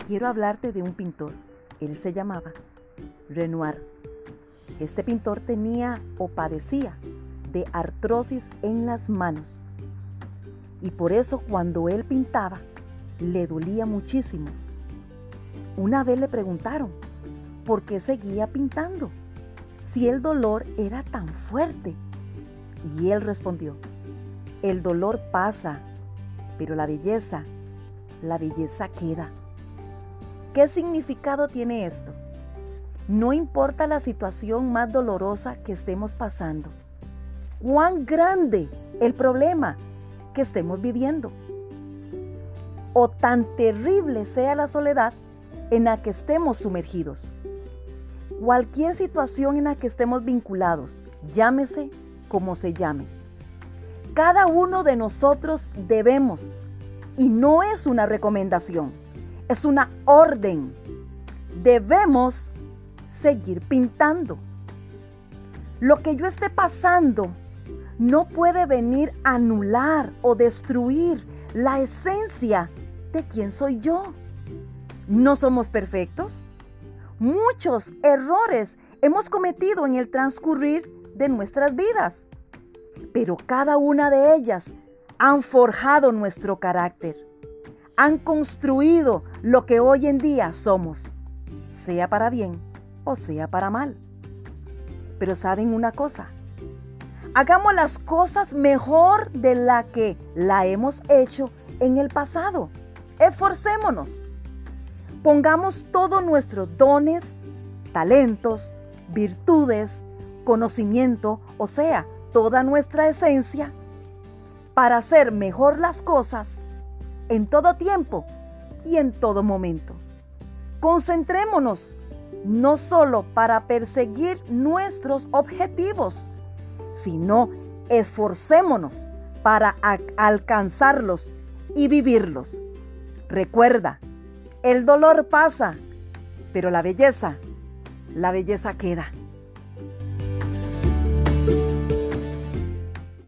quiero hablarte de un pintor. Él se llamaba Renoir. Este pintor tenía o padecía de artrosis en las manos. Y por eso cuando él pintaba, le dolía muchísimo. Una vez le preguntaron por qué seguía pintando, si el dolor era tan fuerte. Y él respondió: el dolor pasa, pero la belleza queda. ¿Qué significado tiene esto? No importa la situación más dolorosa que estemos pasando, cuán grande el problema que estemos viviendo, o tan terrible sea la soledad en la que estemos sumergidos. Cualquier situación en la que estemos vinculados, llámese como se llame, cada uno de nosotros debemos, y no es una recomendación, es una orden, debemos seguir pintando. Lo que yo esté pasando no puede venir a anular o destruir la esencia de quién soy yo. No somos perfectos. Muchos errores hemos cometido en el transcurrir de nuestras vidas, pero cada una de ellas han forjado nuestro carácter, han construido lo que hoy en día somos, sea para bien o sea para mal. Pero ¿saben una cosa? Hagamos las cosas mejor de la que la hemos hecho en el pasado. Esforcémonos. Pongamos todos nuestros dones, talentos, virtudes, conocimiento, o sea, toda nuestra esencia, para hacer mejor las cosas en todo tiempo y en todo momento. Concentrémonos no solo para perseguir nuestros objetivos, sino esforcémonos para alcanzarlos y vivirlos. Recuerda, el dolor pasa, pero la belleza queda.